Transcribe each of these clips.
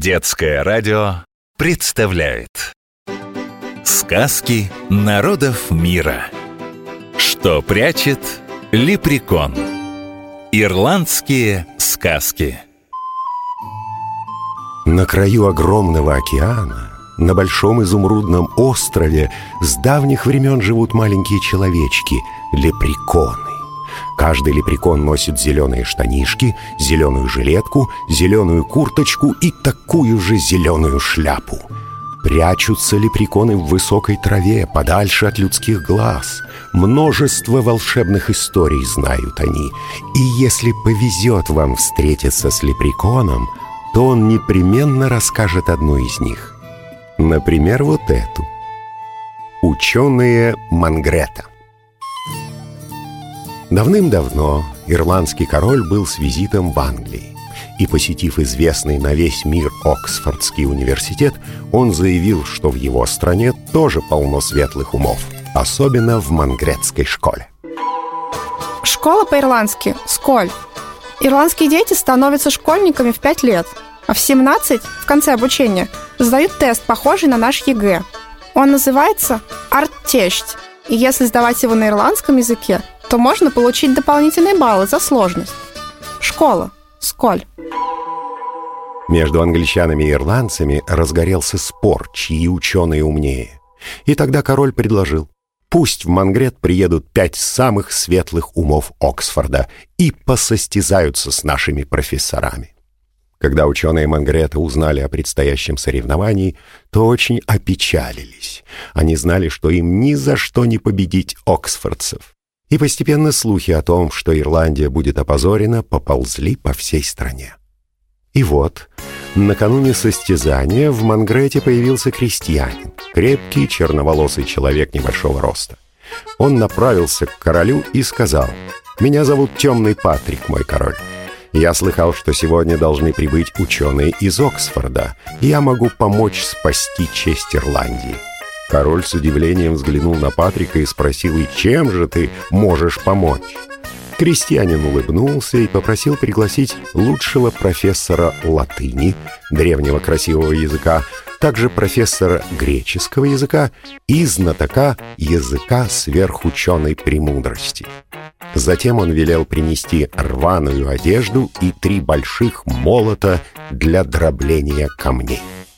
Детское радио представляет сказки народов мира. Что прячет лепрекон? Ирландские сказки. На краю огромного океана, на большом изумрудном острове, с давних времен живут маленькие человечки — лепреконы. Каждый лепрекон носит зеленые штанишки, зеленую жилетку, зеленую курточку и такую же зеленую шляпу. Прячутся лепреконы в высокой траве, подальше от людских глаз. Множество волшебных историй знают они. И если повезет вам встретиться с лепреконом, то он непременно расскажет одну из них. Например, вот эту. Ученые Мангретта. Давным-давно ирландский король был с визитом в Англии. И, посетив известный на весь мир Оксфордский университет, он заявил, что в его стране тоже полно светлых умов, особенно в Мангретской школе. Школа по-ирландски – «сколь». Ирландские дети становятся школьниками в 5 лет, а в 17, в конце обучения, сдают тест, похожий на наш ЕГЭ. Он называется «арттесть», и если сдавать его на ирландском языке, то можно получить дополнительные баллы за сложность. Школа – «сколь». Между англичанами и ирландцами разгорелся спор, чьи ученые умнее. И тогда король предложил: пусть в Мангрет приедут 5 самых светлых умов Оксфорда и посостязаются с нашими профессорами. Когда ученые Мангрета узнали о предстоящем соревновании, то очень опечалились. Они знали, что им ни за что не победить оксфордцев. И постепенно слухи о том, что Ирландия будет опозорена, поползли по всей стране. И вот, накануне состязания в Мангрете появился крестьянин, крепкий черноволосый человек небольшого роста. Он направился к королю и сказал: «Меня зовут Темный Патрик, мой король. Я слыхал, что сегодня должны прибыть ученые из Оксфорда. Я могу помочь спасти честь Ирландии». Король с удивлением взглянул на Патрика и спросил: «И чем же ты можешь помочь?» Крестьянин улыбнулся и попросил пригласить лучшего профессора латыни, древнего красивого языка, также профессора греческого языка и знатока языка сверхученой премудрости. Затем он велел принести рваную одежду и 3 больших молота для дробления камней.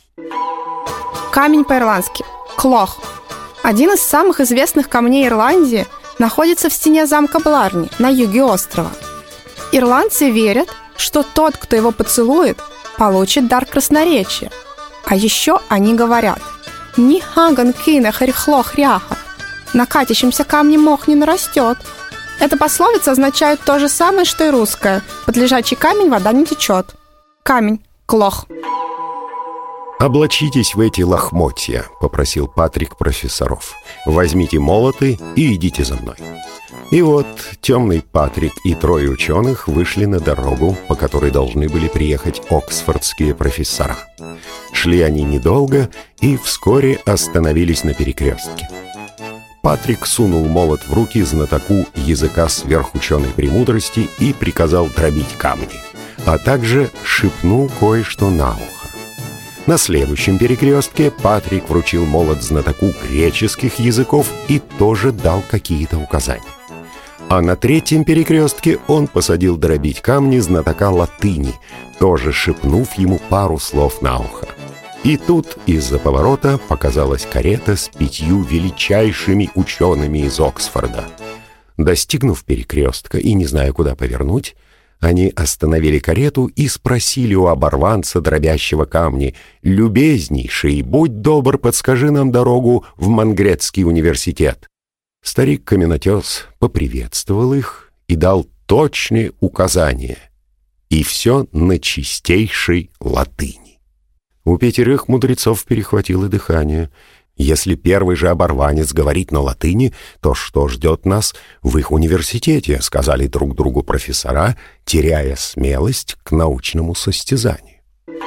Камень по-ирландски – «клох». Один из самых известных камней Ирландии находится в стене замка Бларни на юге острова. Ирландцы верят, что тот, кто его поцелует, получит дар красноречия. А еще они говорят: «Ни хаган кине харихло хряха» – на катящемся камне мох не нарастет. Эта пословица означает то же самое, что и русская: «Под лежачий камень вода не течет». Камень – «клох». «Облачитесь в эти лохмотья», — попросил Патрик профессоров. «Возьмите молоты и идите за мной». И вот Темный Патрик и 3 ученых вышли на дорогу, по которой должны были приехать оксфордские профессора. Шли они недолго и вскоре остановились на перекрестке. Патрик сунул молот в руки знатоку языка сверхученой премудрости и приказал дробить камни, а также шепнул кое-что на ухо. На следующем перекрестке Патрик вручил молот знатоку греческих языков и тоже дал какие-то указания. А на 3-м перекрестке он посадил дробить камни знатока латыни, тоже шепнув ему пару слов на ухо. И тут из-за поворота показалась карета с 5 величайшими учеными из Оксфорда. Достигнув перекрестка и не зная, куда повернуть, они остановили карету и спросили у оборванца, дробящего камни: «Любезнейший, будь добр, подскажи нам дорогу в Мангретский университет». Старик-каменотес поприветствовал их и дал точные указания. И все на чистейшей латыни. У 5 мудрецов перехватило дыхание. Если первый же оборванец говорит на латыни, то что ждет нас в их университете, сказали друг другу профессора, теряя смелость к научному состязанию.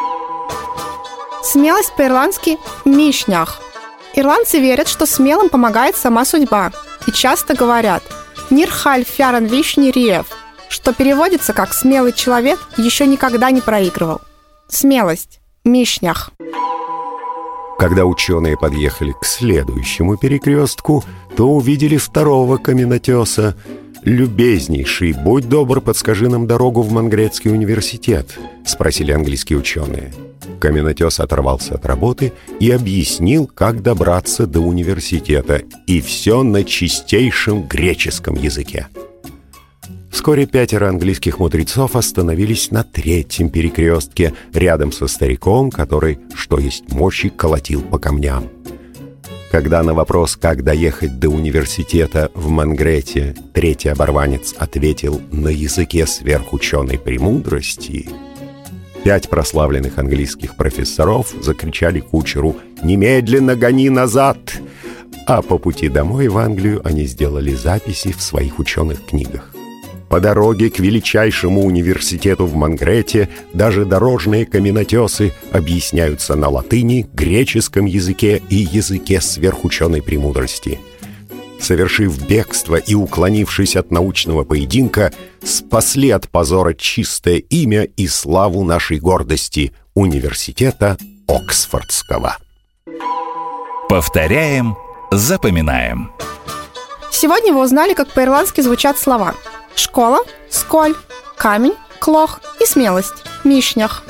Смелость по-ирландски «мишнях». Ирландцы верят, что смелым помогает сама судьба, и часто говорят «нирхаль фяран вишни риев», что переводится как «смелый человек еще никогда не проигрывал». Смелость – Мишнях. Когда ученые подъехали к следующему перекрестку, то увидели второго каменотеса. «Любезнейший, будь добр, подскажи нам дорогу в Мангретский университет», — спросили английские ученые. Каменотес оторвался от работы и объяснил, как добраться до университета, и все на чистейшем греческом языке. Вскоре 5 английских мудрецов остановились на 3-м перекрестке, рядом со стариком, который, что есть мочи, колотил по камням. Когда на вопрос, как доехать до университета в Мангрете, 3-й оборванец ответил на языке сверхученой премудрости, 5 прославленных английских профессоров закричали кучеру «Немедленно гони назад!», а по пути домой в Англию они сделали записи в своих ученых книгах. По дороге к величайшему университету в Мангрете даже дорожные каменотесы объясняются на латыни, греческом языке и языке сверхученой премудрости. Совершив бегство и уклонившись от научного поединка, спасли от позора чистое имя и славу нашей гордости — университета Оксфордского. Повторяем, запоминаем. Сегодня вы узнали, как по-ирландски звучат слова: школа, сколь, камень, клох и смелость, мишнях.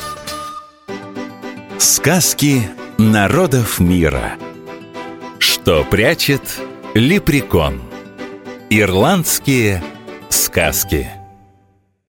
Сказки народов мира. Что прячет лепрекон? Ирландские сказки.